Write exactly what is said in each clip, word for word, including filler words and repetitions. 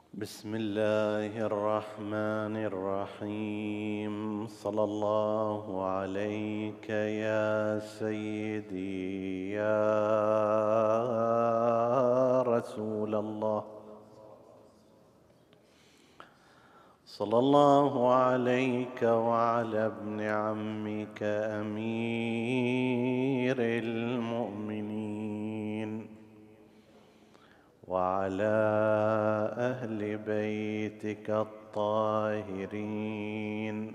بسم الله الرحمن الرحيم. صلى الله عليك يا سيدي يا رسول الله. صلى الله عليك وعلى ابن عمك أمير المؤمنين وعلى أهل بيتك الطاهرين.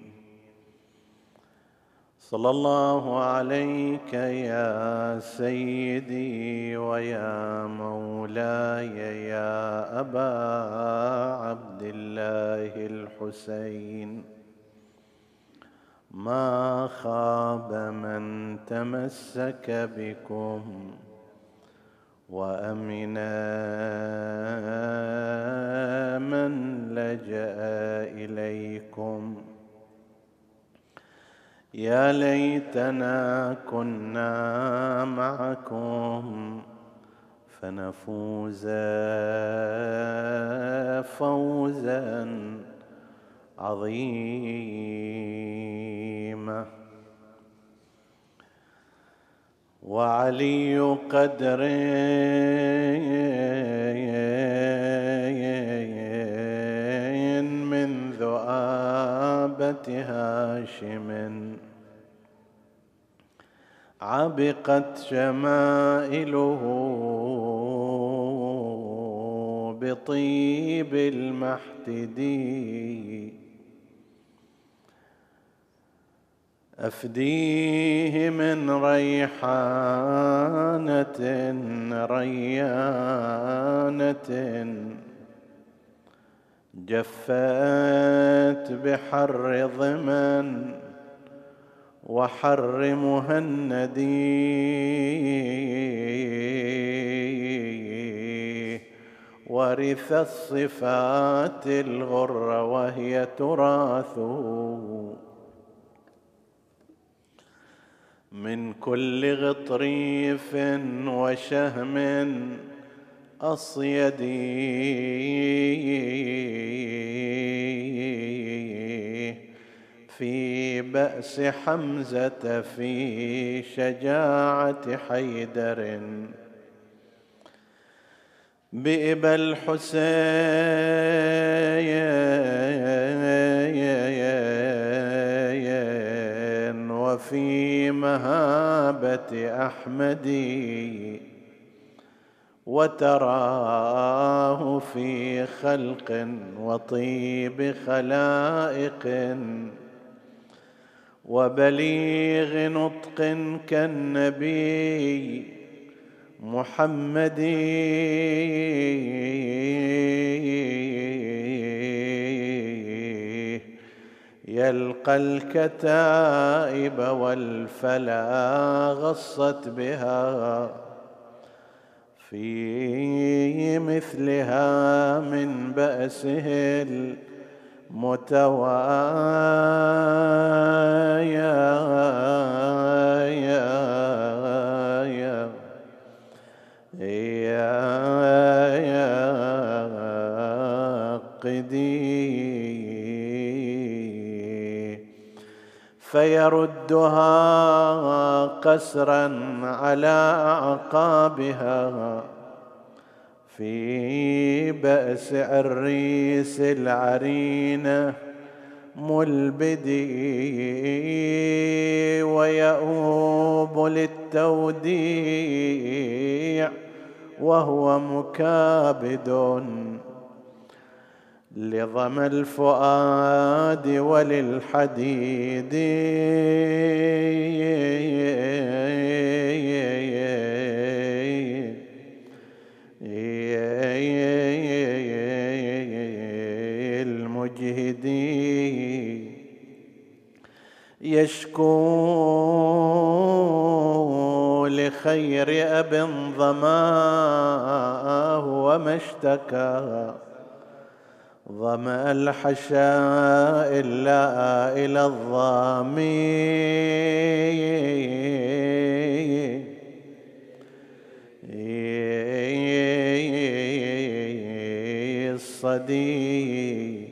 صلى الله عليك يا سيدي ويا مولاي يا أبا عبد الله الحسين. ما خاب من تمسك بكم وأمنا من لجأ إليكم. يا ليتنا كنا معكم فنفوز فوزا عظيما. وعلي قدر من ذؤابة هاشم عبقت شمائله بطيب المحتدي. أفديه من ريحانة ريانة جفت بحر ضمن وحر مهندي ورث الصفات الغر وهي تراث من كل غطريف وشهم أصيدي في بأس حمزة في شجاعة حيدر بإبا الحسين وفي مهابة أحمدي وتراه في خلق وطيب خلائق وبليغ نطق كالنبي محمد يلقى الكتائب والفلا غصت بها في مثلها من بأسه المتوايا قدي فيردها قسرا على أعقابها في بأس عريس العرينة ملبدي ويؤوب للتوديع وهو مكابد لظما الفؤاد وللحديد المجهدي يشكو لخير أب ظماه وما اشتكى ظمأ الحشاء إلا إلى الظامي صدي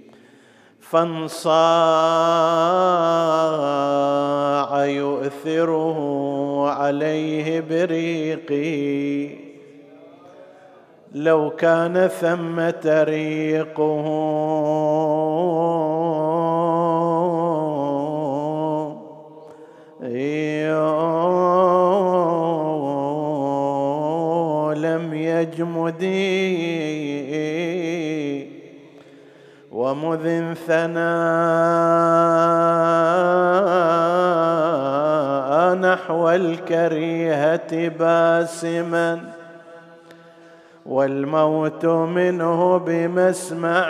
فانصاع يؤثره عليه بريقي لو كان ثمة ريقه لم يجمدي ومذ انثنى نحو الكريهة باسما والموت منه بمسمع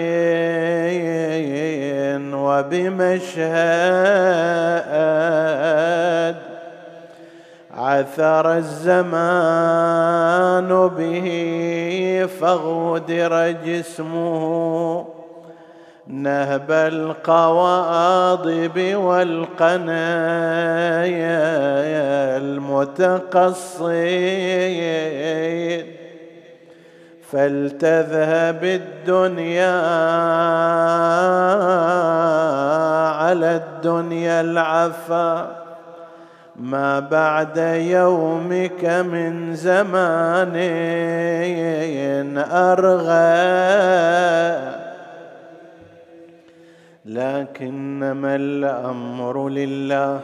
وبمشهد عثر الزمان به فاغودر جسمه نهب القواضب والقنايا المتقصين فلتذهب الدنيا على الدنيا العفا ما بعد يومك من زمان أرغى لكنما الأمر لله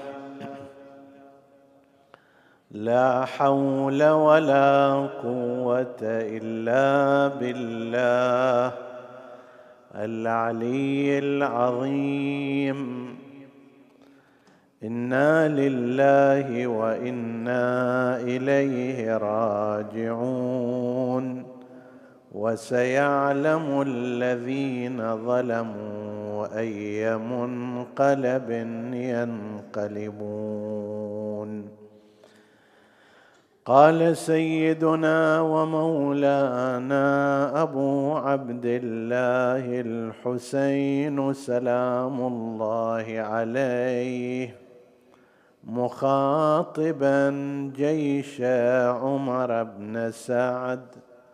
لا حول ولا قوة إلا بالله العلي العظيم إنا لله وإنا إليه راجعون وسيعلم الذين ظلموا أي منقلب ينقلبون. قال سيدنا ومولانا أبو عبد الله الحسين سلام الله عليه مخاطبا جيش عمر بن سعد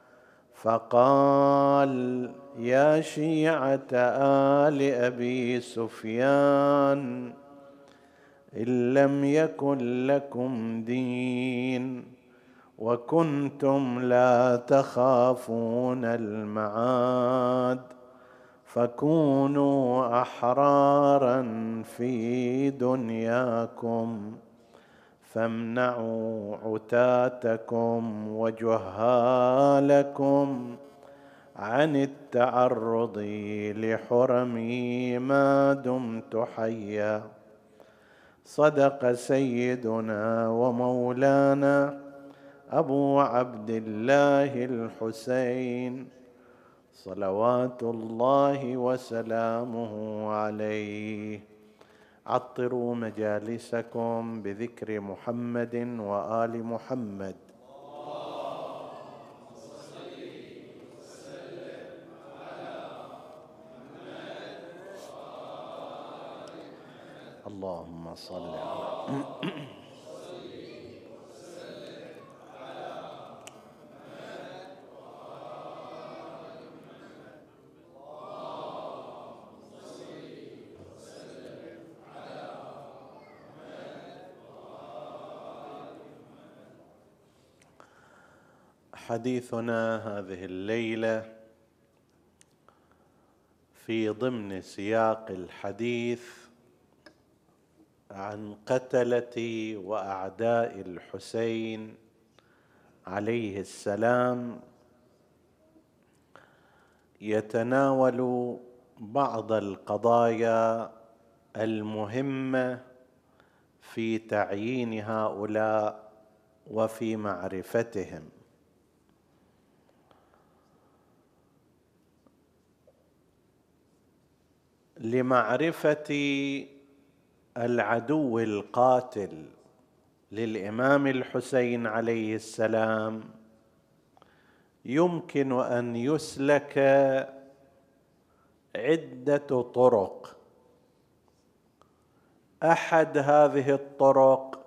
فقال: يا شيعة آل أبي سفيان، إن لم يكن لكم دين وكنتم لا تخافون المعاد فكونوا أحرارا في دنياكم فامنعوا عتاتكم وجهالكم عن التعرض لحرمي ما دمت حيا. صدق سيدنا ومولانا أبو عبد الله الحسين صلوات الله وسلامه عليه. عطروا مجالسكم بذكر محمد وآل محمد. اللهم صل على حديثنا هذه الليلة في ضمن سياق الحديث عن قتلة وأعداء الحسين عليه السلام، يتناول بعض القضايا المهمة في تعيين هؤلاء وفي معرفتهم. لمعرفة العدو القاتل للإمام الحسين عليه السلام يمكن أن يسلك عدة طرق. أحد هذه الطرق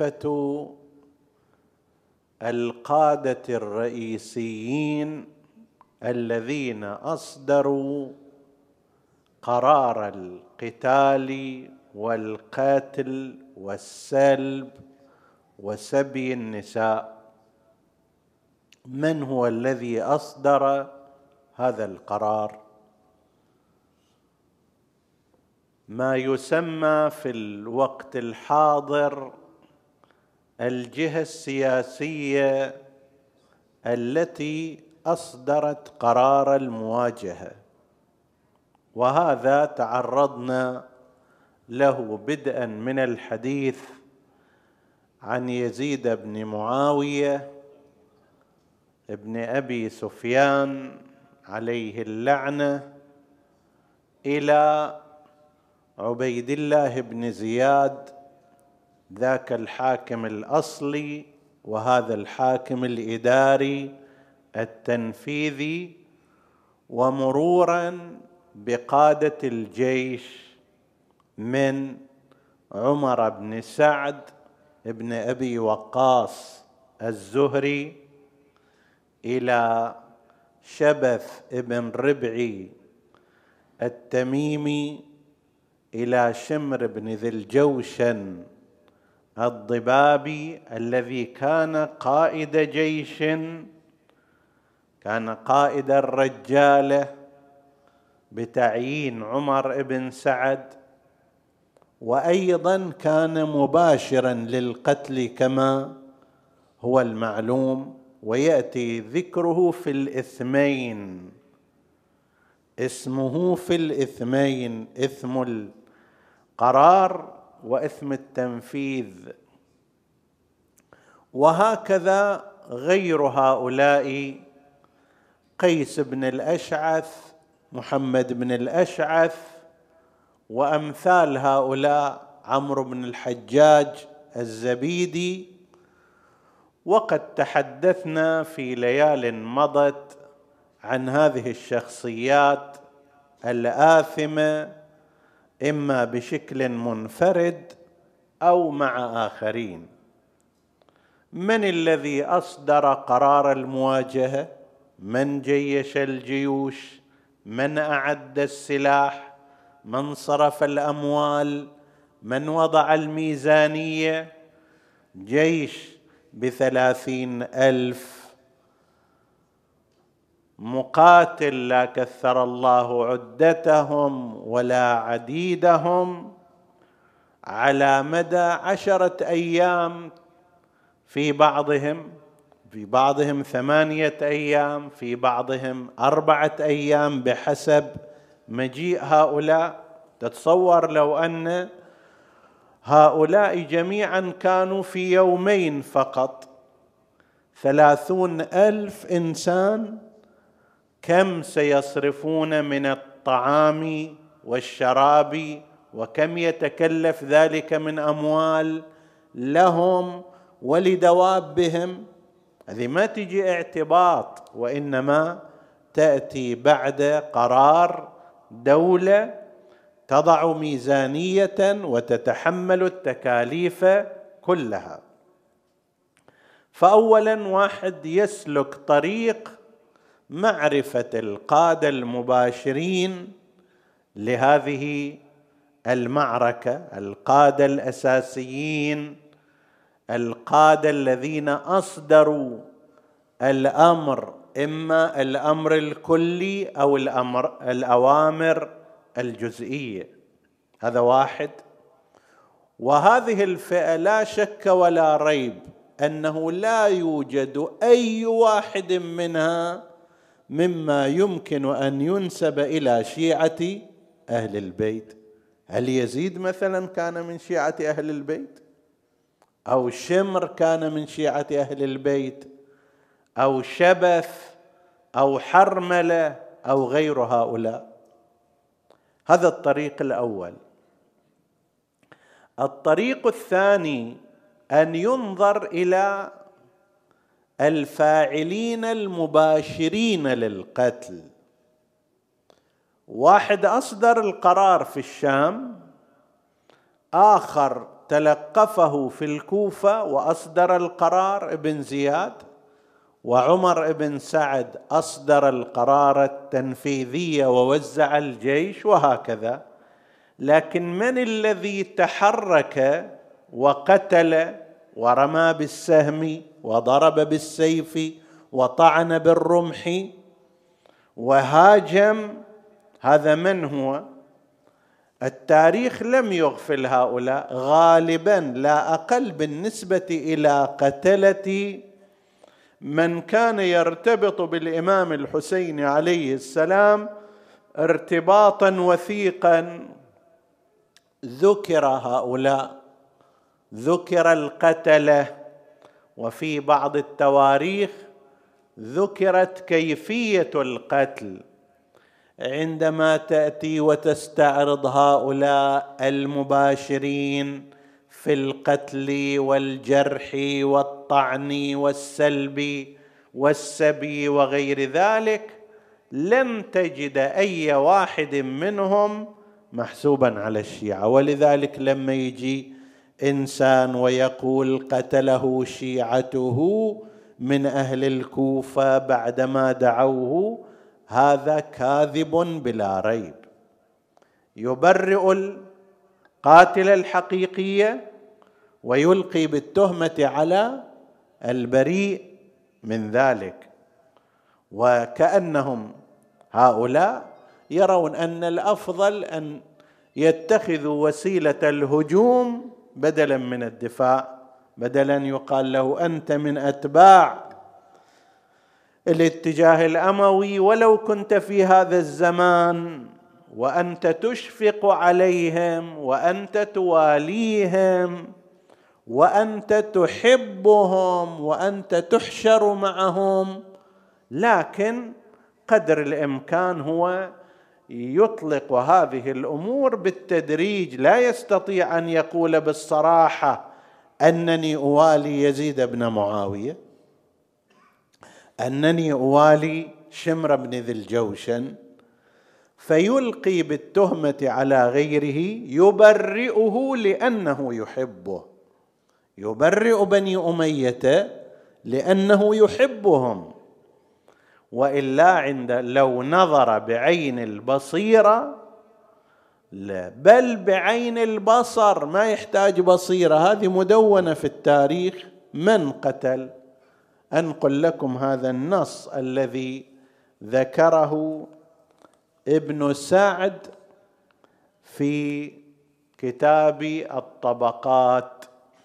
معرفة القادة الرئيسيين الذين أصدروا قرار القتال والقتل والسلب وسبي النساء. من هو الذي أصدر هذا القرار؟ ما يسمى في الوقت الحاضر الجهة السياسية التي أصدرت قرار المواجهة، وهذا تعرضنا له بدءا من الحديث عن يزيد بن معاوية ابن أبي سفيان عليه اللعنة إلى عبيد الله بن زياد ذاك الحاكم الأصلي وهذا الحاكم الإداري التنفيذي، ومرورا بقادة الجيش من عمر بن سعد ابن أبي وقاص الزهري إلى شبث ابن ربعي التميمي إلى شمر بن ذي الجوشن الضبابي الذي كان قائد جيش، كان قائد الرجالة بتعيين عمر بن سعد، وأيضا كان مباشرا للقتل كما هو المعلوم، ويأتي ذكره في الإثمين، اسمه في الإثمين، إثم القرار وإثم التنفيذ. وهكذا غير هؤلاء، قيس بن الأشعث، محمد بن الأشعث، وأمثال هؤلاء، عمرو بن الحجاج الزبيدي. وقد تحدثنا في ليال مضت عن هذه الشخصيات الآثمة، إما بشكل منفرد أو مع آخرين. من الذي أصدر قرار المواجهة؟ من جيش الجيوش؟ من أعد السلاح؟ من صرف الأموال؟ من وضع الميزانية؟ جيش بثلاثين ألف مقاتل لا كثر الله عدتهم ولا عديدهم، على مدى عشرة أيام، في بعضهم في بعضهم ثمانية أيام، في بعضهم أربعة أيام، بحسب مجيء هؤلاء. تتصور لو أن هؤلاء جميعا كانوا في يومين فقط ثلاثون ألف إنسان، كم سيصرفون من الطعام والشراب، وكم يتكلف ذلك من أموال لهم ولدوابهم؟ هذه ما تجي اعتباط، وإنما تأتي بعد قرار دولة تضع ميزانية وتتحمل التكاليف كلها. فأولا واحد يسلك طريق معرفة القادة المباشرين لهذه المعركة، القادة الأساسيين، القادة الذين أصدروا الأمر، إما الأمر الكلي أو الأمر الأوامر الجزئية. هذا واحد. وهذه الفئة لا شك ولا ريب أنه لا يوجد أي واحد منها مما يمكن أن ينسب إلى شيعة أهل البيت. هل يزيد مثلا كان من شيعة أهل البيت؟ أو شمر كان من شيعة أهل البيت؟ أو شبث أو حرملة أو غير هؤلاء؟ هذا الطريق الأول. الطريق الثاني أن ينظر إلى الفاعلين المباشرين للقتل. واحد أصدر القرار في الشام، آخر تلقفه في الكوفة وأصدر القرار ابن زياد، وعمر بن سعد أصدر القرار التنفيذي ووزع الجيش وهكذا. لكن من الذي تحرك وقتل ورمى بالسهم وضرب بالسيف وطعن بالرمح وهاجم؟ هذا من هو؟ التاريخ لم يغفل هؤلاء غالبا، لا أقل بالنسبة إلى قتلة من كان يرتبط بالإمام الحسين عليه السلام ارتباطا وثيقا. ذكر هؤلاء، ذكر القتلة، وفي بعض التواريخ ذكرت كيفية القتل. عندما تأتي وتستعرض هؤلاء المباشرين في القتل والجرح والطعن والسلب والسبي وغير ذلك، لن تجد أي واحد منهم محسوبا على الشيعة. ولذلك لما يجي إنسان ويقول قتله شيعته من أهل الكوفة بعدما دعوه، هذا كاذب بلا ريب. يبرئ القاتل الحقيقية ويلقي بالتهمة على البريء من ذلك، وكأنهم هؤلاء يرون أن الأفضل أن يتخذوا وسيلة الهجوم بدلا من الدفاع، بدلا يقال له أنت من أتباع الاتجاه الأموي ولو كنت في هذا الزمان، وأنت تشفق عليهم وأنت تواليهم وأنت تحبهم وأنت تحشر معهم، لكن قدر الإمكان هو يطلق هذه الأمور بالتدريج. لا يستطيع أن يقول بالصراحة أنني أوالي يزيد بن معاوية، أنني أوالي شمر بن ذي الجوشن، فيلقي بالتهمة على غيره يبرئه لأنه يحبه، يبرئ بني أمية لأنه يحبهم. وإلا عند لو نظر بعين البصيرة، لا بل بعين البصر، ما يحتاج بصيرة، هذه مدونة في التاريخ من قتل. أنقل لكم هذا النص الذي ذكره ابن سعد في كتاب الطبقات،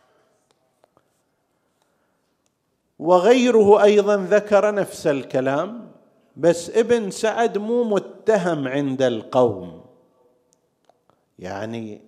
وغيره أيضا ذكر نفس الكلام، بس ابن سعد مو متهم عند القوم، يعني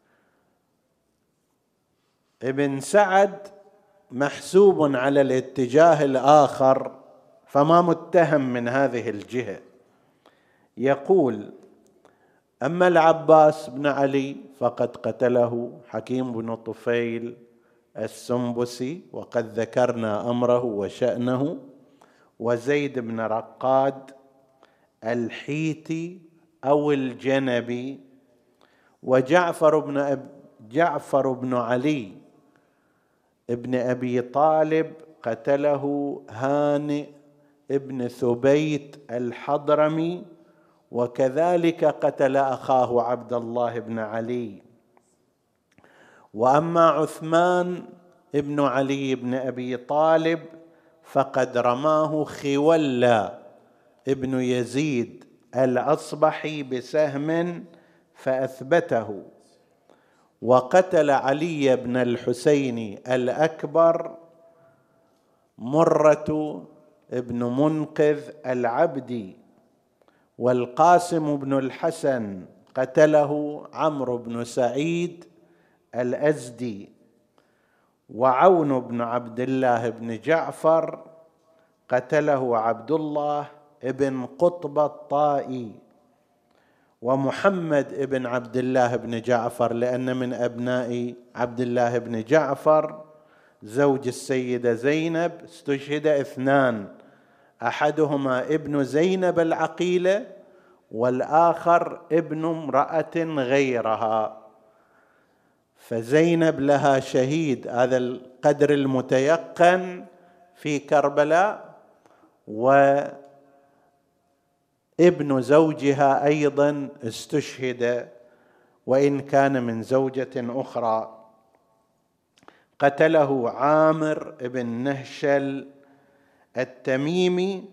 ابن سعد محسوب على الاتجاه الآخر فما متهم من هذه الجهة. يقول: أما العباس بن علي فقد قتله حكيم بن طفيل السنبسي، وقد ذكرنا أمره وشأنه، وزيد بن رقاد الحيتي أو الجنبي، وجعفر بن أب جعفر بن علي ابن أبي طالب قتله هانئ ابن ثبيت الحضرمي، وكذلك قتل أخاه عبد الله بن علي. وأما عثمان ابن علي بن أبي طالب فقد رماه خولة ابن يزيد الأصبحي بسهم فأثبته، وقتل علي بن الحسين الأكبر مرة ابن منقذ العبدي، والقاسم بن الحسن قتله عمرو بن سعيد الأزدي، وعون بن عبد الله بن جعفر قتله عبد الله بن قطب الطائي، ومحمد بن عبد الله بن جعفر، لأن من أبناء عبد الله بن جعفر زوج السيدة زينب استشهد اثنان، أحدهما ابن زينب العقيلة والآخر ابن امرأة غيرها، فزينب لها شهيد، هذا القدر المتيقن في كربلاء، وابن زوجها أيضا استشهد وإن كان من زوجة أخرى. قتله عامر بن نهشل التميمي،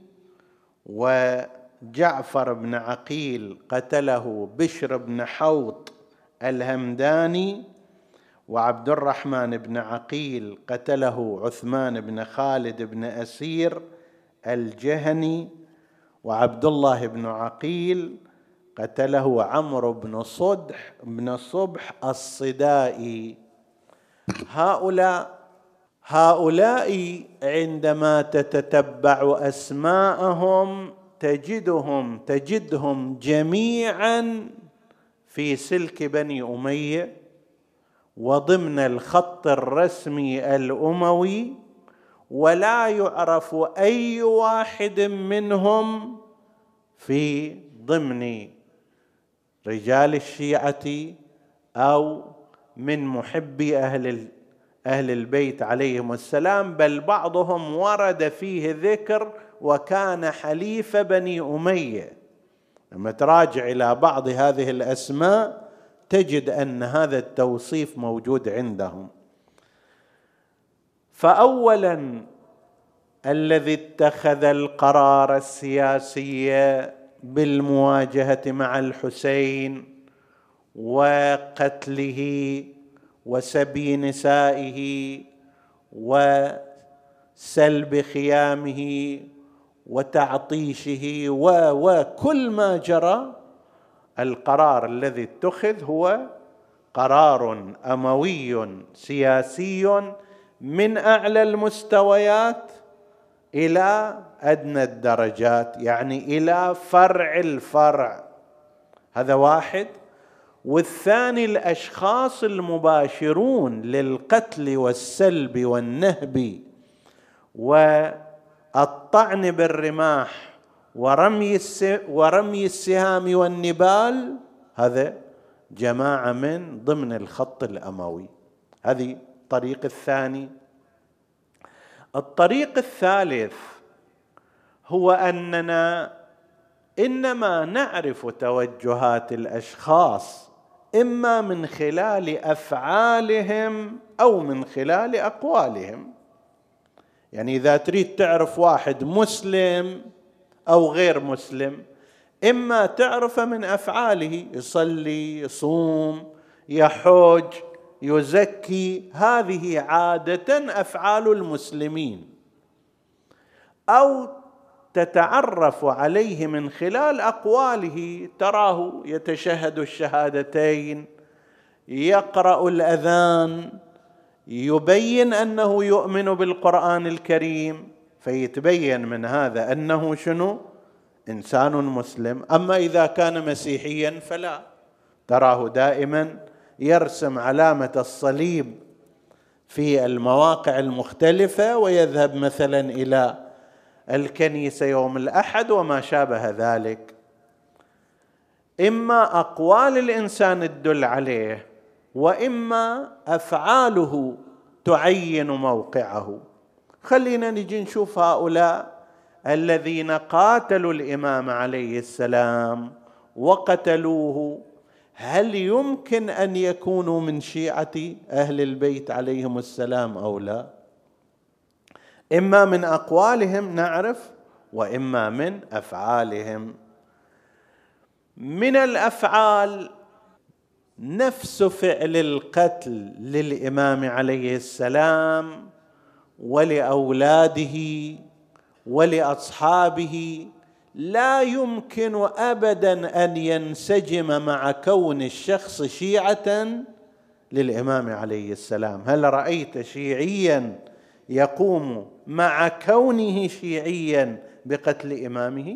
وجعفر بن عقيل قتله بشر بن حوط الهمداني، وعبد الرحمن بن عقيل قتله عثمان بن خالد بن أسير الجهني، وعبد الله بن عقيل قتله عمرو بن صدح بن صبح الصدائي. هؤلاء هؤلاء عندما تتتبع أسماءهم تجدهم تجدهم جميعا في سلك بني أمية وضمن الخط الرسمي الأموي، ولا يعرف أي واحد منهم في ضمن رجال الشيعة أو من محبي أهل أهل البيت عليهم السلام، بل بعضهم ورد فيه ذكر وكان حليف بني أمية. لما تراجع إلى بعض هذه الأسماء تجد أن هذا التوصيف موجود عندهم. فأولا الذي اتخذ القرار السياسي بالمواجهة مع الحسين وقتله وسبي نسائه وسلب خيامه وتعطيشه وكل ما جرى، القرار الذي اتخذ هو قرار أموي سياسي من أعلى المستويات إلى أدنى الدرجات، يعني إلى فرع الفرع. هذا واحد. والثاني الأشخاص المباشرون للقتل والسلب والنهب والطعن بالرماح ورمي ورمي السهام والنبال، هذا جماعة من ضمن الخط الأموي. هذه الطريق الثاني. الطريق الثالث هو أننا إنما نعرف توجهات الأشخاص إما من خلال أفعالهم أو من خلال أقوالهم. يعني إذا تريد تعرف واحد مسلم أو غير مسلم، إما تعرف من أفعاله، يصلي، يصوم، يحج، يزكي، هذه عادة أفعال المسلمين، أو تتعرف عليه من خلال أقواله، تراه يتشهد الشهادتين، يقرأ الأذان، يبين أنه يؤمن بالقرآن الكريم، فيتبين من هذا أنه شنو؟ إنسان مسلم. أما إذا كان مسيحيا فلا، تراه دائما يرسم علامة الصليب في المواقع المختلفة ويذهب مثلا إلى الكنيسة يوم الأحد وما شابه ذلك. إما أقوال الإنسان تدل عليه، وإما أفعاله تعين موقعه. خلينا نجي نشوف هؤلاء الذين قاتلوا الإمام عليه السلام وقتلوه، هل يمكن أن يكونوا من شيعة أهل البيت عليهم السلام أو لا؟ إما من أقوالهم نعرف، وإما من أفعالهم. من الأفعال نفس فعل القتل للإمام عليه السلام ولأولاده ولأصحابه لا يمكن أبدا أن ينسجم مع كون الشخص شيعة للإمام عليه السلام. هل رأيت شيعيا يقوم مع كونه شيعيا بقتل إمامه،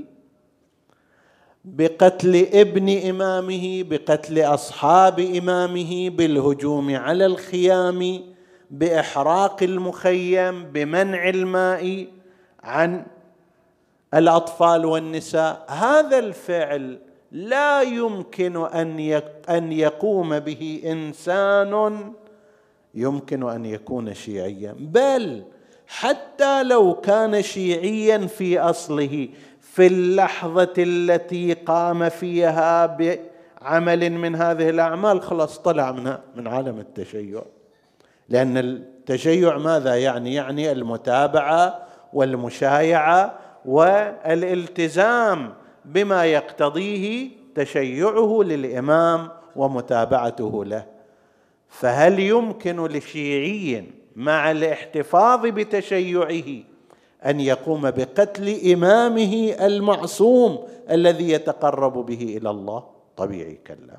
بقتل ابن إمامه، بقتل أصحاب إمامه، بالهجوم على الخيام، بإحراق المخيم، بمنع الماء عن الأطفال والنساء؟ هذا الفعل لا يمكن أن يقوم به إنسان يمكن أن يكون شيعيا، بل حتى لو كان شيعيا في أصله، في اللحظة التي قام فيها بعمل من هذه الأعمال خلاص طلع من من عالم التشيع. لأن التشيع ماذا يعني؟ يعني المتابعة والمشايعة والالتزام بما يقتضيه تشيعه للإمام ومتابعته له. فهل يمكن لشيعي مع الاحتفاظ بتشيعه أن يقوم بقتل إمامه المعصوم الذي يتقرب به إلى الله؟ طبيعي كلا.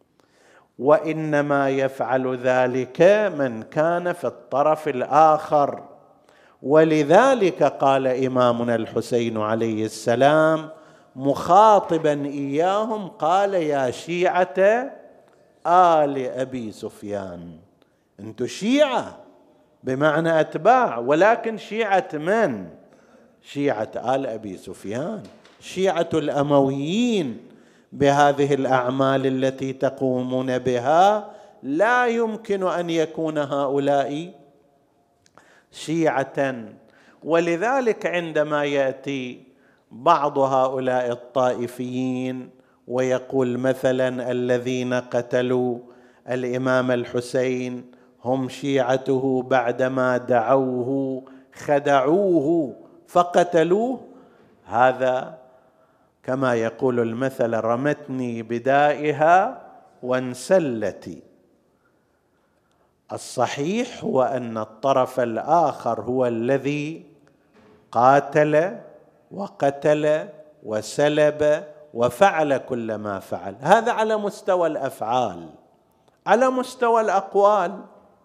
وإنما يفعل ذلك من كان في الطرف الآخر. ولذلك قال إمامنا الحسين عليه السلام مخاطبا إياهم، قال: يا شيعة آل أبي سفيان. أنتم شيعة بمعنى أتباع، ولكن شيعة من؟ شيعة آل أبي سفيان، شيعة الأمويين. بهذه الأعمال التي تقومون بها لا يمكن أن يكون هؤلاء شيعة. ولذلك عندما يأتي بعض هؤلاء الطائفيين ويقول مثلا الذين قتلوا الإمام الحسين هم شيعته بعدما دعوه خدعوه فقتلوه، هذا كما يقول المثل: رمتني بدائها وانسلتي. الصحيح هو أن الطرف الآخر هو الذي قاتل وقتل وسلب وفعل كل ما فعل. هذا على مستوى الأفعال. على مستوى الأقوال،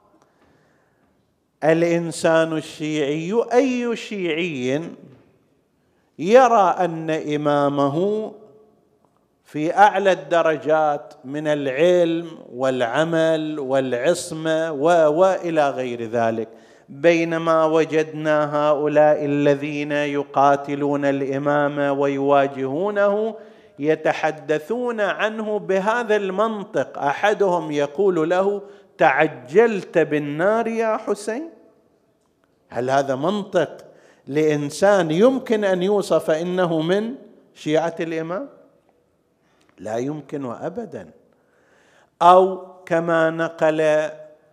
الإنسان الشيعي أي شيعي يرى أن إمامه في أعلى الدرجات من العلم والعمل والعصمة وإلى غير ذلك، بينما وجدنا هؤلاء الذين يقاتلون الإمام ويواجهونه يتحدثون عنه بهذا المنطق. أحدهم يقول له: تعجلت بالنار يا حسين. هل هذا منطق لإنسان يمكن أن يوصف إنه من شيعة الإمام؟ لا يمكن أبدا. أو كما نقل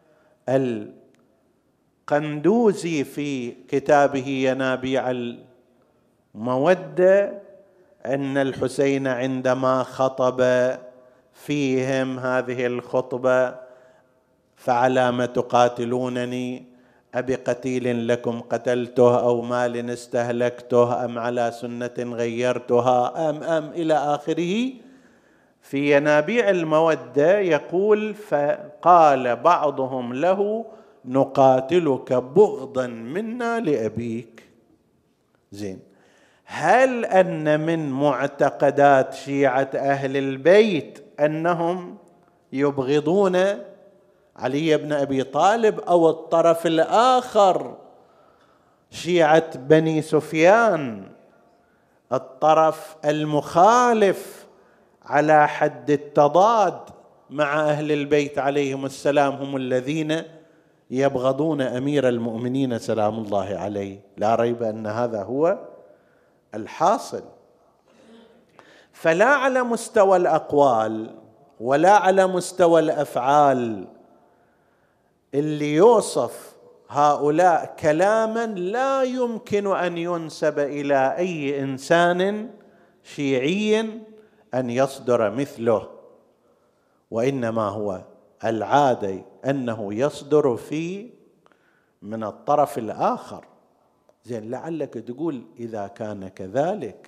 القندوزي في كتابه ينابيع المودة أن الحسين عندما خطب فيهم هذه الخطبة: فعلى ما تقاتلونني؟ أبقتيل لكم قتلته أو مال استهلكته أم على سنة غيرتها أم أم إلى آخره. في ينابيع المودة يقول: فقال بعضهم له: نقاتلك بغضا منا لأبيك. زين، هل أن من معتقدات شيعة أهل البيت أنهم يبغضون علي بن أبي طالب، أو الطرف الآخر شيعة بني سفيان الطرف المخالف على حد التضاد مع أهل البيت عليهم السلام هم الذين يبغضون أمير المؤمنين سلام الله عليه؟ لا ريب أن هذا هو الحاصل. فلا على مستوى الأقوال ولا على مستوى الأفعال اللي يوصف هؤلاء كلاما لا يمكن أن ينسب إلى أي إنسان شيعي أن يصدر مثله، وإنما هو العادة أنه يصدر في من الطرف الآخر. زين، لعلك تقول إذا كان كذلك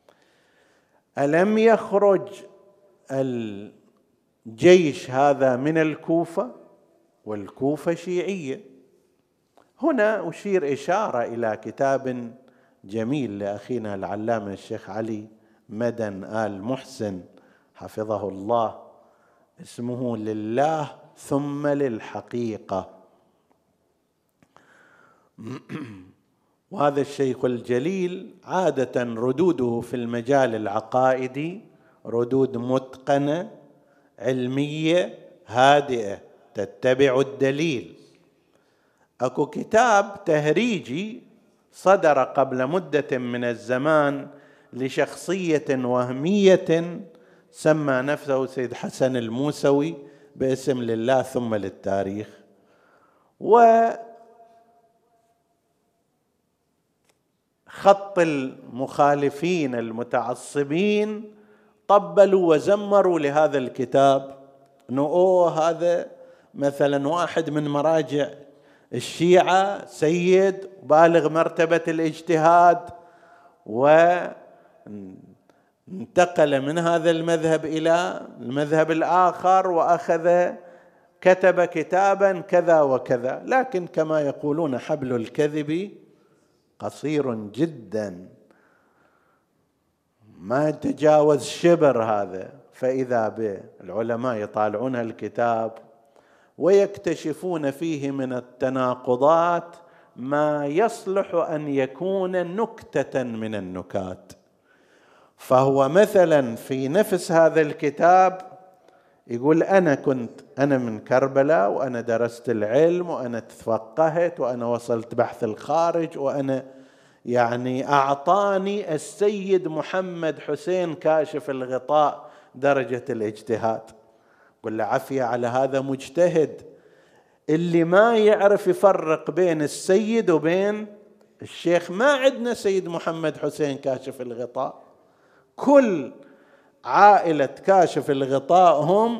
ألم يخرج الجيش هذا من الكوفة؟ والكوفة شيعية. هنا أشير إشارة إلى كتاب جميل لأخينا العلامة الشيخ علي مدن آل محسن حفظه الله، اسمه لله ثم للحقيقة. وهذا الشيخ الجليل عادة ردوده في المجال العقائدي ردود متقنة علمية هادئة تتبع الدليل. اكو كتاب تهريجي صدر قبل مدة من الزمان لشخصية وهمية سمى نفسه سيد حسن الموسوي باسم لله ثم للتاريخ، وخط المخالفين المتعصبين طبلوا وزمروا لهذا الكتاب انه اوه هذا مثلا واحد من مراجع الشيعة سيد بالغ مرتبة الاجتهاد وانتقل من هذا المذهب إلى المذهب الآخر وأخذ كتب كتابا كذا وكذا. لكن كما يقولون حبل الكذب قصير جدا، ما يتجاوز شبر هذا. فإذا بالعلماء يطالعون الكتاب ويكتشفون فيه من التناقضات ما يصلح أن يكون نكتة من النكات. فهو مثلا في نفس هذا الكتاب يقول أنا كنت أنا من كربلاء وأنا درست العلم وأنا تفقهت وأنا وصلت بحث الخارج وأنا يعني أعطاني السيد محمد حسين كاشف الغطاء درجة الاجتهاد. قل له عافية على هذا مجتهد اللي ما يعرف يفرق بين السيد وبين الشيخ. ما عندنا سيد محمد حسين كاشف الغطاء، كل عائلة كاشف الغطاء هم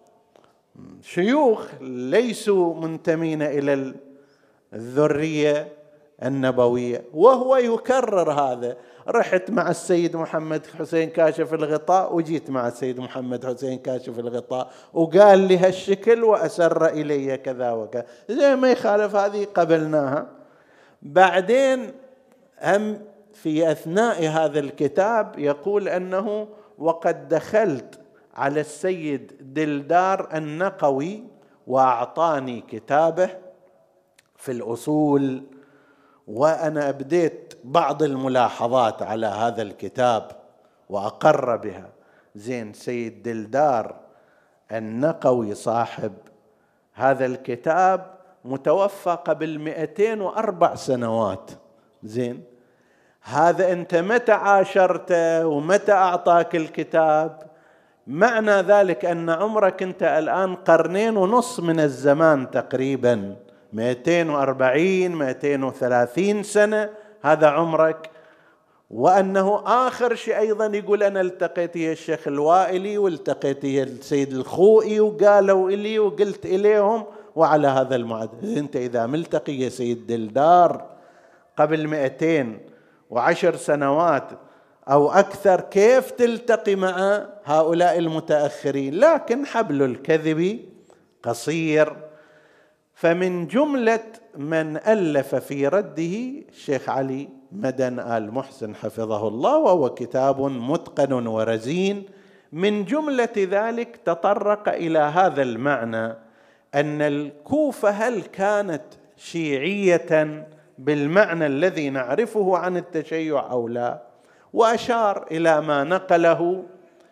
شيوخ ليسوا منتمين إلى الذرية النبوية. وهو يكرر هذا، رحت مع السيد محمد حسين كاشف الغطاء وجيت مع السيد محمد حسين كاشف الغطاء وقال لي هالشكل وأسر إلي كذا وكذا، زي ما يخالف هذه قبلناها. بعدين هم في أثناء هذا الكتاب يقول أنه وقد دخلت على السيد دلدار النقوي وأعطاني كتابه في الأصول، وأنا أبديت بعض الملاحظات على هذا الكتاب وأقر بها. زين، سيد دلدار النقوي صاحب هذا الكتاب متوفى قبل مئتين وأربع سنوات. زين، هذا أنت متى عاشرته ومتى أعطاك الكتاب؟ معنى ذلك أن عمرك أنت الآن قرنين ونص من الزمان تقريبا، مئتين وأربعين مئتين وثلاثين سنة هذا عمرك. وأنه آخر شيء أيضا يقول أنا التقيت يا الشيخ الوائلي والتقيت يا السيد الخوئي وقالوا إلي وقلت إليهم، وعلى هذا المعدل أنت إذا ملتقي يا سيد دلدار قبل مئتين وعشر سنوات أو أكثر كيف تلتقي مع هؤلاء المتأخرين؟ لكن حبل الكذب قصير. فمن جملة من ألف في رده الشيخ علي مدن آل محسن حفظه الله، وهو كتاب متقن ورزين. من جملة ذلك تطرق إلى هذا المعنى أن الكوفة هل كانت شيعية بالمعنى الذي نعرفه عن التشيع أو لا، وأشار إلى ما نقله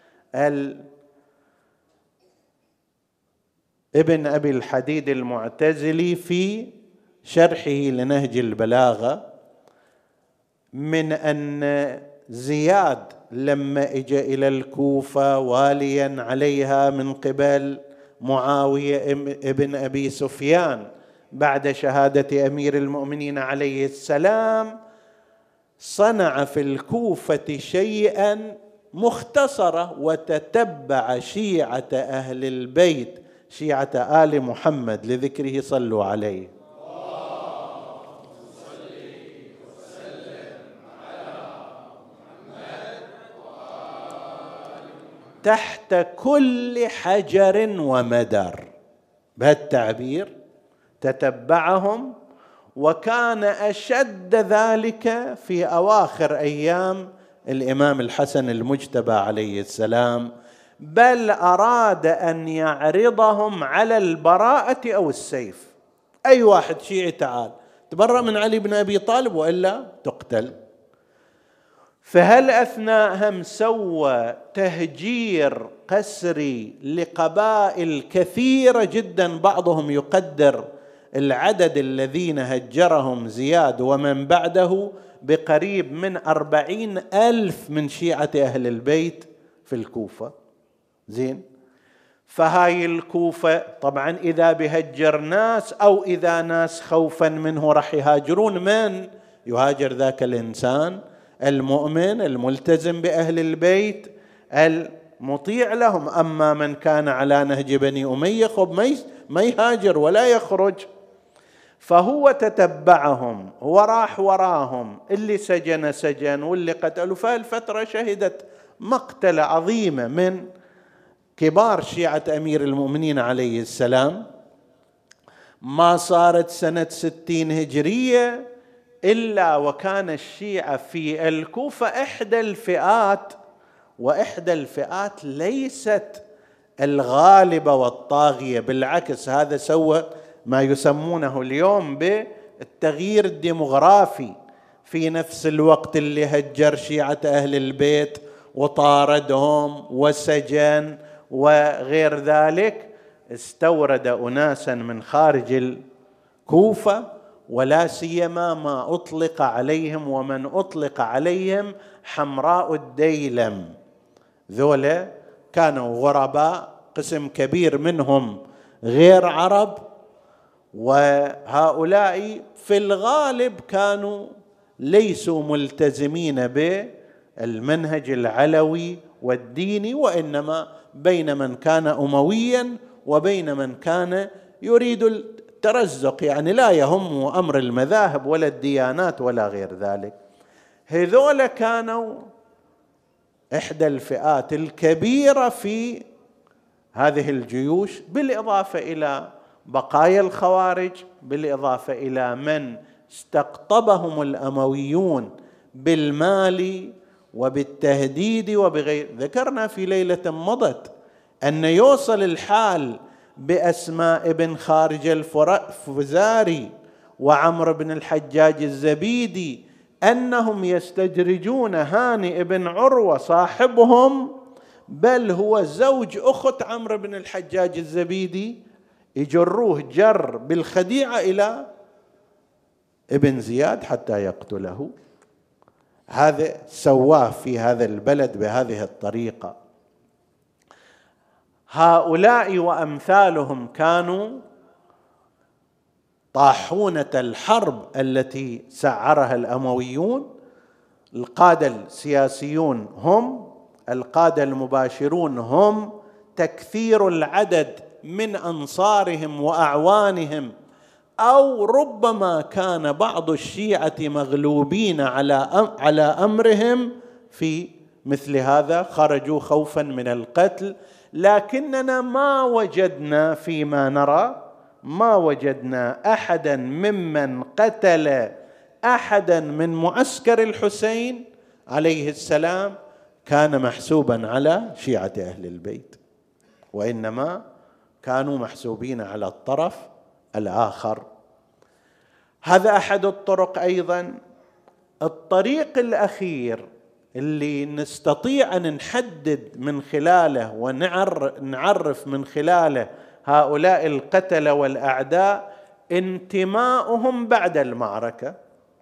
ابن أبي الحديد المعتزلي في شرحه لنهج البلاغة، من أن زياد لما اجى إلى الكوفة واليا عليها من قبل معاوية ابن أبي سفيان بعد شهادة أمير المؤمنين عليه السلام، صنع في الكوفة شيئا مختصرة وتتبع شيعة أهل البيت، شيعة آل محمد لذكره صلوا عليه تحت كل حجر ومدر، بهالتعبير تتبعهم. وكان أشد ذلك في أواخر أيام الإمام الحسن المجتبى عليه السلام، بل أراد أن يعرضهم على البراءة أو السيف. أي واحد شيعي تعال تبرأ من علي بن أبي طالب وإلا تقتل. فهل أثناء هم سوى تهجير قسري لقبائل كثيرة جدا، بعضهم يقدر العدد الذين هجرهم زياد ومن بعده بقريب من أربعين ألف من شيعة أهل البيت في الكوفة. زين، فهاي الكوفة طبعا إذا بهجر ناس أو إذا ناس خوفا منه راح يهاجرون، من يهاجر؟ ذاك الإنسان المؤمن الملتزم بأهل البيت المطيع لهم. أما من كان على نهج بني أمية خب ما يهاجر ولا يخرج. فهو تتبعهم، هو راح وراهم، اللي سجن سجن واللي قتلوا. فالفترة شهدت مقتلة عظيمة من كبار شيعة أمير المؤمنين عليه السلام. ما صارت سنة ستين هجرية إلا وكان الشيعة في الكوفة إحدى الفئات، وإحدى الفئات ليست الغالبة والطاغية، بالعكس هذا سوى ما يسمونه اليوم بالتغيير الديمغرافي. في نفس الوقت اللي هجر شيعة أهل البيت وطاردهم وسجن وغير ذلك، استورد أناسا من خارج الكوفة، ولا سيما ما أطلق عليهم ومن أطلق عليهم حمراء الديلم. ذولا كانوا غرباء، قسم كبير منهم غير عرب، وهؤلاء في الغالب كانوا ليسوا ملتزمين بالمنهج العلوي والديني، وإنما بين من كان أمويا وبين من كان يريد الترزق، يعني لا يهم أمر المذاهب ولا الديانات ولا غير ذلك. هذول كانوا إحدى الفئات الكبيرة في هذه الجيوش، بالإضافة إلى بقايا الخوارج، بالإضافة إلى من استقطبهم الأمويون بالمال وبالتهديد وبغير. ذكرنا في ليلة مضت أن يوصل الحال بأسماء بن خارج الفزاري وعمر بن الحجاج الزبيدي أنهم يستدرجون هانئ بن عروة صاحبهم، بل هو زوج أخت عمرو بن الحجاج الزبيدي، يجروه جر بالخديعة إلى ابن زياد حتى يقتله. هذا سواه في هذا البلد بهذه الطريقة. هؤلاء وأمثالهم كانوا طاحونة الحرب التي سعرها الأمويون. القادة السياسيون هم، القادة المباشرون هم، تكثير العدد من أنصارهم وأعوانهم، أو ربما كان بعض الشيعة مغلوبين على على أمرهم في مثل هذا، خرجوا خوفا من القتل. لكننا ما وجدنا فيما نرى، ما وجدنا أحدا ممن قتل أحدا من معسكر الحسين عليه السلام كان محسوبا على شيعة أهل البيت، وإنما كانوا محسوبين على الطرف الآخر. هذا أحد الطرق. أيضا الطريق الأخير اللي نستطيع أن نحدد من خلاله ونعرف من خلاله هؤلاء القتلة والأعداء انتماؤهم بعد المعركة.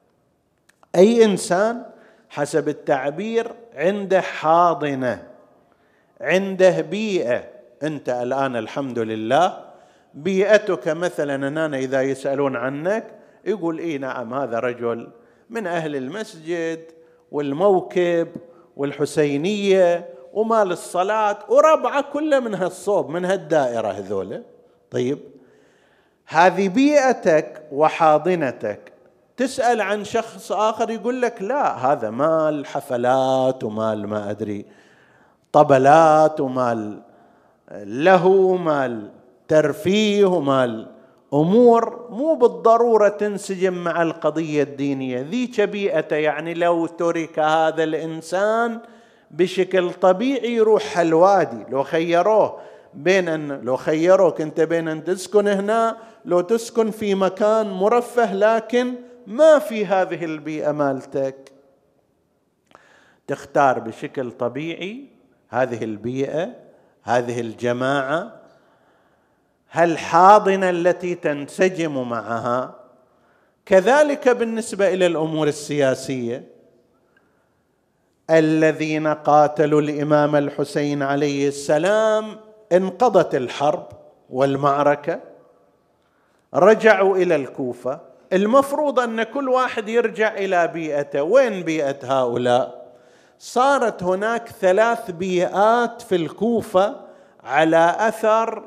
أي إنسان حسب التعبير عنده حاضنة، عنده بيئة. أنت الآن الحمد لله بيئتك مثلا، أنا إذا يسألون عنك يقول إيه نعم هذا رجل من أهل المسجد والموكب والحسينية ومال الصلاة وربعة كله من هالصوب من هالدائرة هذوله. طيب هذه بيئتك وحاضنتك. تسأل عن شخص آخر يقول لك لا هذا مال حفلات ومال ما أدري طبلات ومال له مال ترفيه ومال أمور مو بالضرورة تنسجم مع القضية الدينية. ذيك بيئته، يعني لو ترك هذا الإنسان بشكل طبيعي يروح هالوادي، لو خيروه بين أن لو خيروك أنت بين أن تسكن هنا لو تسكن في مكان مرفه لكن ما في هذه البيئة مالتك، تختار بشكل طبيعي هذه البيئة، هذه الجماعة، الحاضنة التي تنسجم معها. كذلك بالنسبة إلى الأمور السياسية، الذين قاتلوا الإمام الحسين عليه السلام انقضت الحرب والمعركة، رجعوا إلى الكوفة. المفروض أن كل واحد يرجع إلى بيئته. وين بيئة هؤلاء؟ صارت هناك ثلاث بيئات في الكوفة على أثر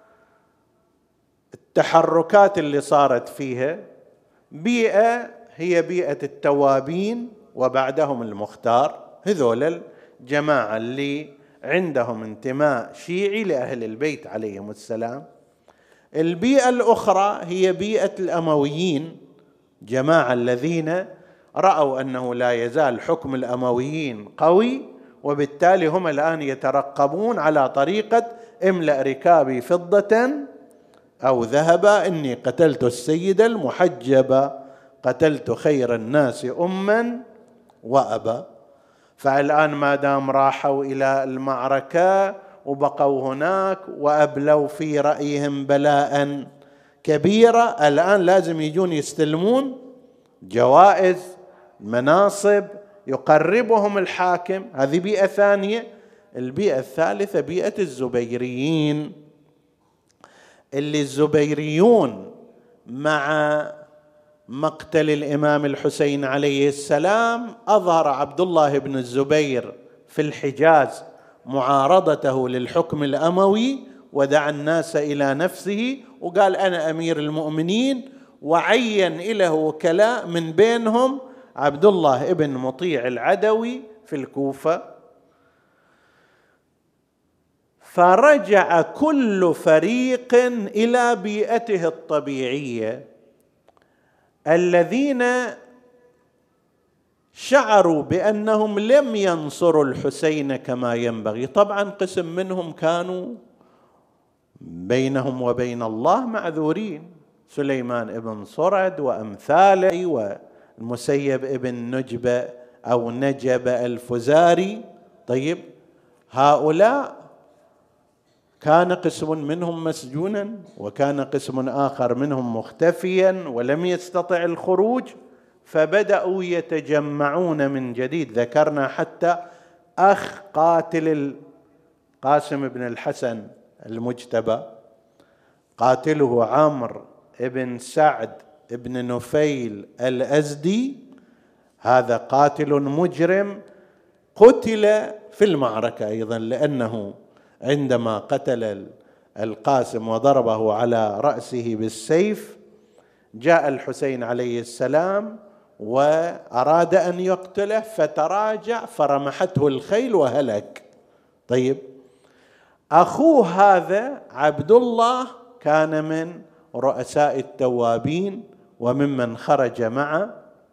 التحركات اللي صارت فيها. بيئة هي بيئة التوابين وبعدهم المختار، هذول الجماعة اللي عندهم انتماء شيعي لأهل البيت عليهم السلام. البيئة الأخرى هي بيئة الأمويين، جماعة الذين رأوا أنه لا يزال حكم الأمويين قوي، وبالتالي هم الآن يترقبون على طريقة املأ ركابي فضة أو ذهبا إني قتلت السيد المحجبة، قتلت خير الناس أما وأبا. فالآن ما دام راحوا إلى المعركة وبقوا هناك وأبلوا في رأيهم بلاء كبيرة، الآن لازم يجون يستلمون جوائز مناصب يقربهم الحاكم. هذه بيئة ثانية. البيئة الثالثة بيئة الزبيريين، اللي الزبيريون مع مقتل الإمام الحسين عليه السلام أظهر عبد الله بن الزبير في الحجاز معارضته للحكم الأموي، ودعا الناس إلى نفسه وقال أنا أمير المؤمنين، وعين إله وكلاء من بينهم عبد الله بن مطيع العدوي في الكوفة. فرجع كل فريق إلى بيئته الطبيعية. الذين شعروا بأنهم لم ينصروا الحسين كما ينبغي، طبعا قسم منهم كانوا بينهم وبين الله معذورين، سليمان ابن صرد وأمثاله والمسيب ابن نجبة أو نجب الفزاري. طيب هؤلاء كان قسم منهم مسجونا، وكان قسم آخر منهم مختفيا ولم يستطع الخروج، فبدأوا يتجمعون من جديد. ذكرنا حتى أخ قاتل القاسم بن الحسن المجتبى، قاتله عمرو بن سعد بن نفيل الأزدي، هذا قاتل مجرم قتل في المعركة أيضا، لأنه عندما قتل القاسم وضربه على رأسه بالسيف جاء الحسين عليه السلام وأراد أن يقتله فتراجع فرمحته الخيل وهلك. طيب أخوه هذا عبد الله كان من رؤساء التوابين وممن خرج مع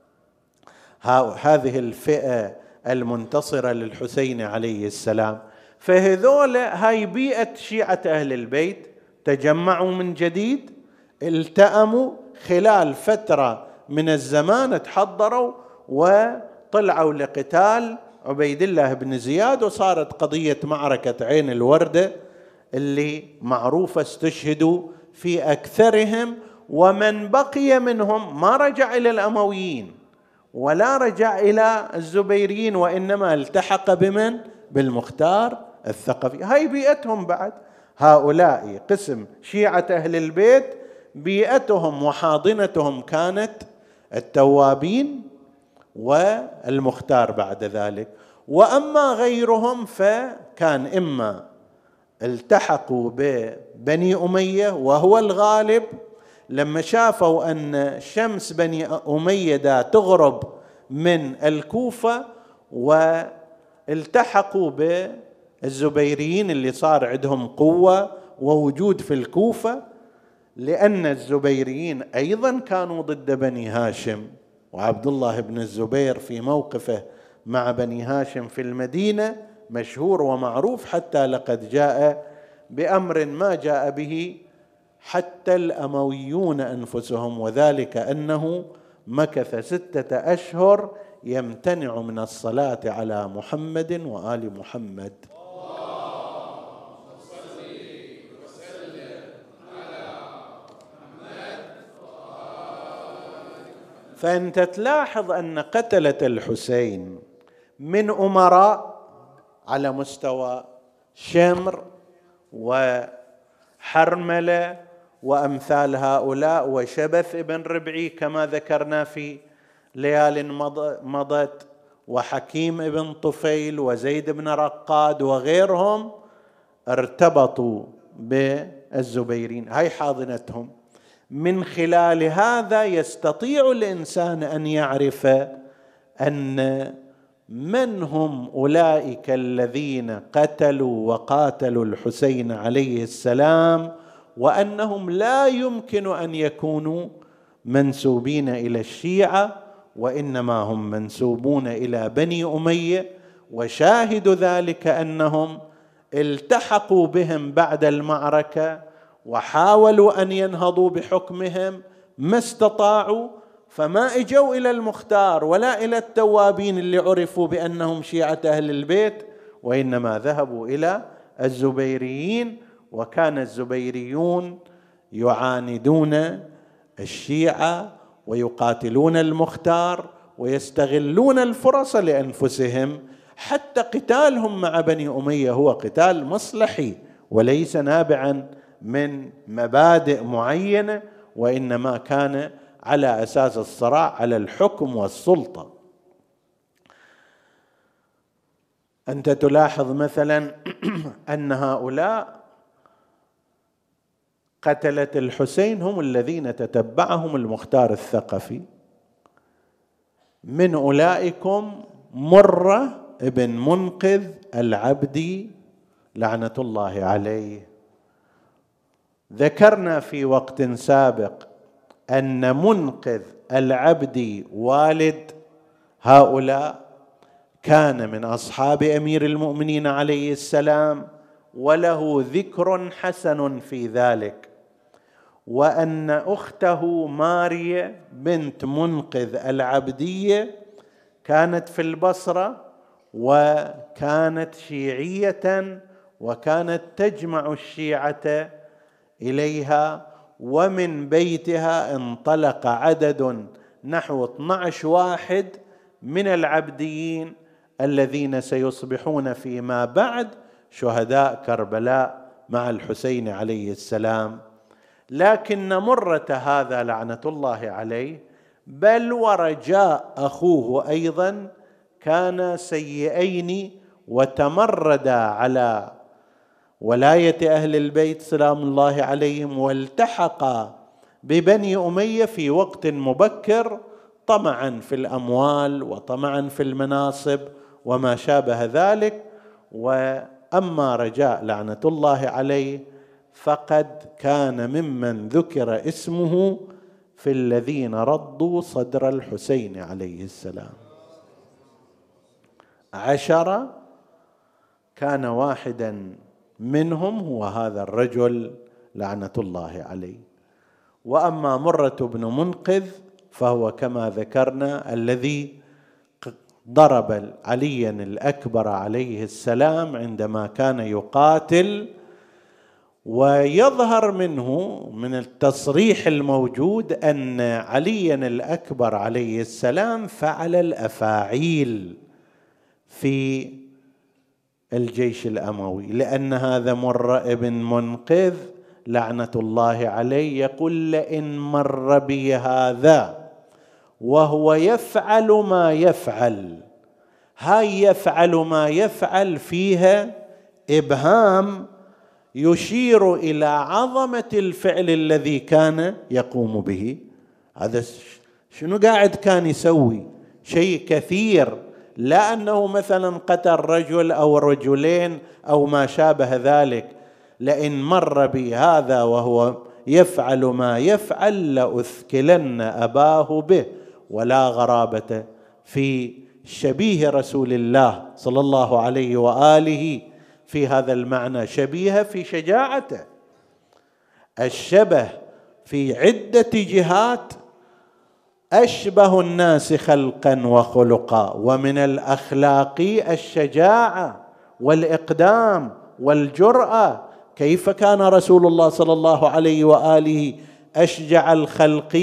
هذه الفئة المنتصرة للحسين عليه السلام. فهذول هاي بيئة شيعة أهل البيت، تجمعوا من جديد، التأموا خلال فترة من الزمان، تحضروا وطلعوا لقتال عبيد الله بن زياد، وصارت قضية معركة عين الوردة اللي معروفة استشهدوا في أكثرهم، ومن بقي منهم ما رجع إلى الأمويين ولا رجع إلى الزبيريين، وإنما التحق بمن؟ بالمختار الثقفي. هاي بيئتهم بعد. هؤلاء قسم شيعة أهل البيت بيئتهم وحاضنتهم كانت التوابين والمختار بعد ذلك. وأما غيرهم فكان إما التحقوا ببني أمية وهو الغالب، لما شافوا أن شمس بني أمية دا تغرب من الكوفة، والتحقوا بالزبيريين اللي صار عندهم قوة ووجود في الكوفة، لأن الزبيريين أيضا كانوا ضد بني هاشم، وعبد الله بن الزبير في موقفه مع بني هاشم في المدينة مشهور ومعروف، حتى لقد جاء بأمر ما جاء به حتى الأمويون أنفسهم، وذلك أنه مكث ستة أشهر يمتنع من الصلاة على محمد وآل محمد. فأنت تلاحظ أن قتلة الحسين من أمراء على مستوى شمر وحرملة وأمثال هؤلاء وشبث بن ربعي كما ذكرنا في ليال مضت، وحكيم بن طفيل وزيد بن رقاد وغيرهم ارتبطوا بالزبيريين، هاي حاضنتهم. من خلال هذا يستطيع الإنسان أن يعرف أن من هم أولئك الذين قتلوا وقاتلوا الحسين عليه السلام، وأنهم لا يمكن أن يكونوا منسوبين إلى الشيعة، وإنما هم منسوبون إلى بني أمية. وشاهد ذلك أنهم التحقوا بهم بعد المعركة وحاولوا أن ينهضوا بحكمهم، ما استطاعوا، فما اجوا إلى المختار ولا إلى التوابين اللي عرفوا بأنهم شيعة أهل البيت، وإنما ذهبوا إلى الزبيريين. وكان الزبيريون يعاندون الشيعة ويقاتلون المختار ويستغلون الفرص لأنفسهم، حتى قتالهم مع بني أمية هو قتال مصلحي وليس نابعا من مبادئ معينة، وإنما كان على أساس الصراع على الحكم والسلطة. أنت تلاحظ مثلا أن هؤلاء قتلة الحسين هم الذين تتبعهم المختار الثقفي. من أولئكم مرة ابن منقذ العبدي لعنة الله عليه. ذكرنا في وقت سابق أن منقذ العبدي والد هؤلاء كان من أصحاب أمير المؤمنين عليه السلام، وله ذكر حسن في ذلك، وأن أخته ماريا بنت منقذ العبدية كانت في البصرة، وكانت شيعية، وكانت تجمع الشيعة إليها، ومن بيتها انطلق عدد نحو اثني عشر واحد من العبديين الذين سيصبحون فيما بعد شهداء كربلاء مع الحسين عليه السلام. لكن مرة هذا لعنة الله عليه بل ورجاء أخوه أيضا كانا سيئين، وتمردا على ولاية أهل البيت سلام الله عليهم، والتحقا ببني أمية في وقت مبكر طمعا في الأموال وطمعا في المناصب وما شابه ذلك. وأما رجاء لعنة الله عليه فقد كان ممن ذكر اسمه في الذين ردوا صدر الحسين عليه السلام. عشرة كان واحدا منهم هو هذا الرجل لعنة الله عليه. وأما مرة بن منقذ فهو كما ذكرنا الذي ضرب عليا الأكبر عليه السلام عندما كان يقاتل. ويظهر منه من التصريح الموجود أن عليا الأكبر عليه السلام فعل الأفاعيل في الجيش الأموي، لأن هذا مر ابن منقذ لعنة الله عليه يقول: لئن مر بي هذا وهو يفعل ما يفعل، هاي يفعل ما يفعل فيها إبهام يشير إلى عظمة الفعل الذي كان يقوم به. هذا شنو قاعد كان يسوي؟ شيء كثير، لا أنه مثلا قتل رجل أو رجلين أو ما شابه ذلك. لئن مر بي هذا وهو يفعل ما يفعل لأثكلن أباه به. ولا غرابة في شبيه رسول الله صلى الله عليه وآله في هذا المعنى، شبيه في شجاعته، الشبه في عدة جهات، أشبه الناس خلقا وخلقا، ومن الأخلاق الشجاعة والإقدام والجرأة. كيف كان رسول الله صلى الله عليه وآله أشجع الخلق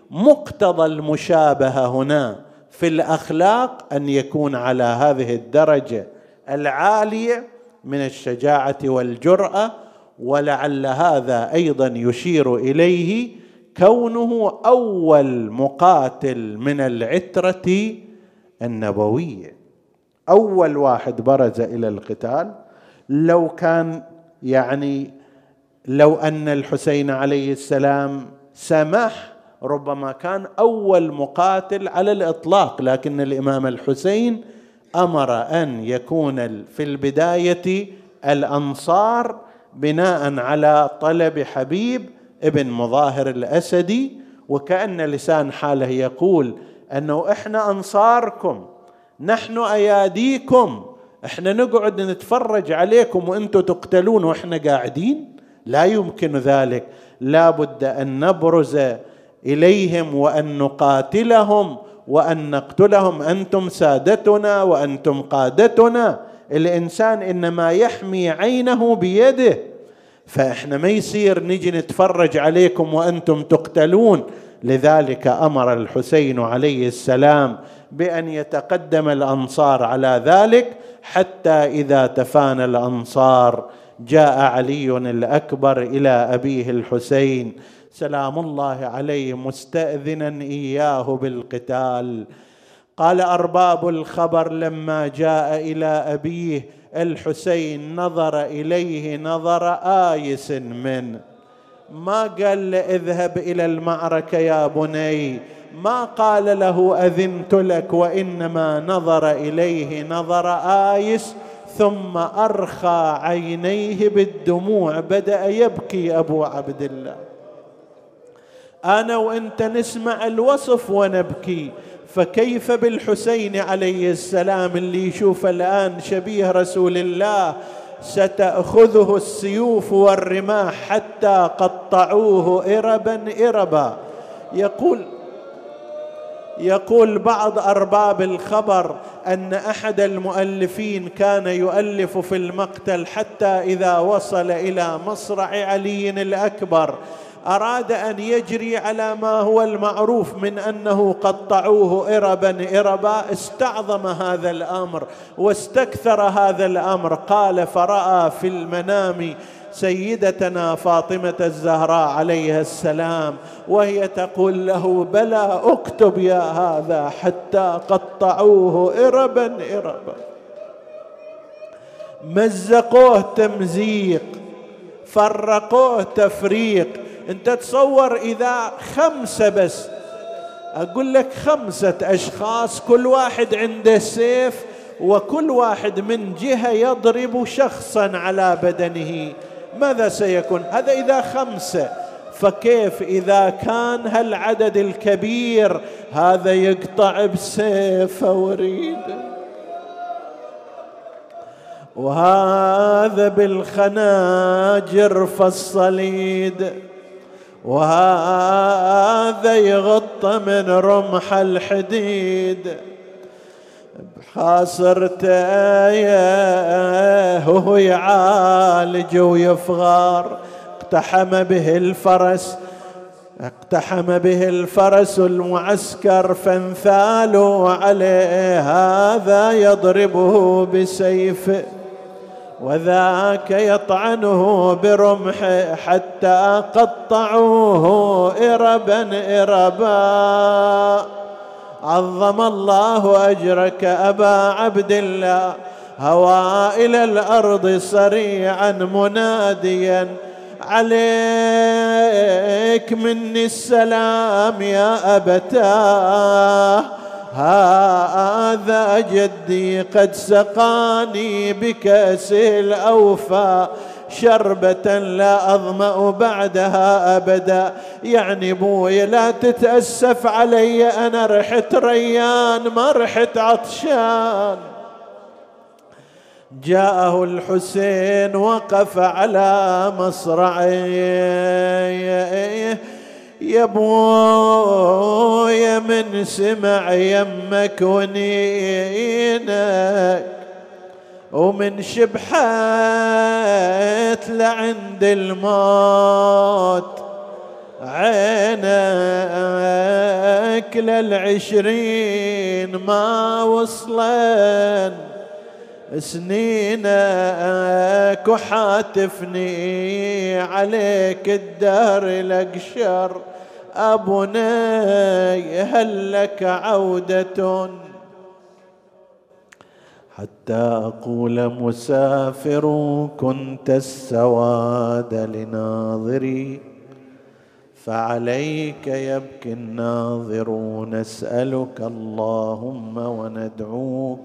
مقتضى المشابهة هنا في الأخلاق أن يكون على هذه الدرجة العالية من الشجاعة والجرأة. ولعل هذا أيضا يشير إليه كونه أول مقاتل من العترة النبوية، أول واحد برز إلى القتال. لو كان يعني لو أن الحسين عليه السلام سمح ربما كان أول مقاتل على الإطلاق، لكن الإمام الحسين أمر أن يكون في البداية الأنصار بناء على طلب حبيب ابن مظاهر الأسدي، وكأن لسان حاله يقول أنه إحنا أنصاركم، نحن أياديكم، إحنا نقعد نتفرج عليكم وإنتم تقتلون وإحنا قاعدين؟ لا يمكن ذلك، لا بد أن نبرز إليهم وأن نقاتلهم وأن نقتلهم. أنتم سادتنا وأنتم قادتنا. الإنسان إنما يحمي عينه بيده، فإحنا ما يصير نجي نتفرج عليكم وأنتم تقتلون. لذلك أمر الحسين عليه السلام بأن يتقدم الأنصار على ذلك، حتى إذا تفانى الأنصار جاء علي الأكبر إلى أبيه الحسين سلام الله عليه مستأذنا إياه بالقتال. قال أرباب الخبر لما جاء إلى أبيه الحسين نظر إليه نظر آيس منه، ما قال له اذهب إلى المعركة يا بني، ما قال له أذنت لك، وإنما نظر إليه نظر آيس، ثم أرخى عينيه بالدموع، بدأ يبكي أبو عبد الله. أنا وإنت نسمع الوصف ونبكي، فكيف بالحسين عليه السلام اللي يشوف الآن شبيه رسول الله ستأخذه السيوف والرماح حتى قطعوه إربا إربا. يقول يقول بعض أرباب الخبر أن أحد المؤلفين كان يؤلف في المقتل حتى إذا وصل إلى مصرع علي الأكبر أراد أن يجري على ما هو المعروف من أنه قطعوه إربا إربا، استعظم هذا الأمر واستكثر هذا الأمر. قال فرأى في المنام سيدتنا فاطمة الزهراء عليها السلام وهي تقول له بلى اكتب يا هذا حتى قطعوه إربا إربا. مزقوه تمزيق، فرقوه تفريق. انت تصور اذا خمسة بس، اقول لك خمسة اشخاص كل واحد عنده سيف وكل واحد من جهة يضرب شخصا على بدنه، ماذا سيكون؟ هذا إذا خمسة، فكيف إذا كان هالعدد الكبير؟ هذا يقطع بسيفه وريده، وهذا بالخناجر فالصليد، وهذا يغطى من رمح الحديد. بخاصرته وهو يعالج ويفغار اقتحم به الفرس اقتحم به الفرس المعسكر فانثالوا عليه، هذا يضربه بسيفه وذاك يطعنه برمحه حتى قطعوه إربا إربا. عظم الله أجرك أبا عبد الله، هوى إلى الأرض صريعا مناديا عليك مني السلام يا أبتاه، هذا جدي قد سقاني بكأس الأوفى شربة لا أظمأ بعدها أبدا. يعني بوي لا تتأسف علي، أنا رحت ريان ما رحت عطشان. جاءه الحسين وقف على مصرعيه، يا بويا من سمع يمك ونينك ومن شبحت لعند الموت عينك للعشرين ما وصلن سنينك وحاتفني عليك الدهر الأقشر أبني هل لك عودة حتى أقول مسافر كنت السواد لناظري فعليك يبكي الناظرون نسألك اللهم وندعوك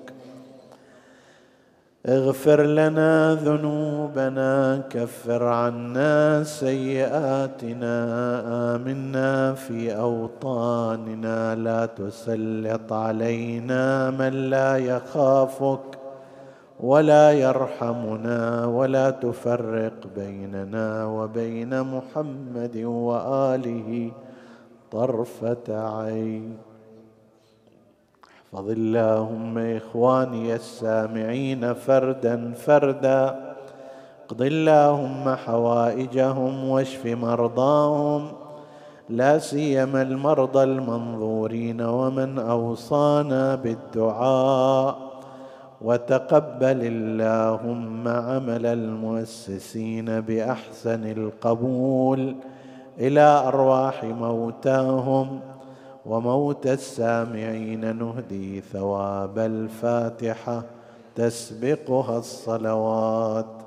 اغفر لنا ذنوبنا كفر عنا سيئاتنا آمنا في أوطاننا لا تسلط علينا من لا يخافك ولا يرحمنا ولا تفرق بيننا وبين محمد وآله طرفة عين. احفظ اللهم إخواني السامعين فردا فردا اقض اللهم حوائجهم واشف مرضاهم لا سيما المرضى المنظورين ومن أوصانا بالدعاء وتقبل اللهم عمل المؤسسين بأحسن القبول إلى أرواح موتاهم وموتى السامعين نهدي ثواب الفاتحة تسبقها الصلوات.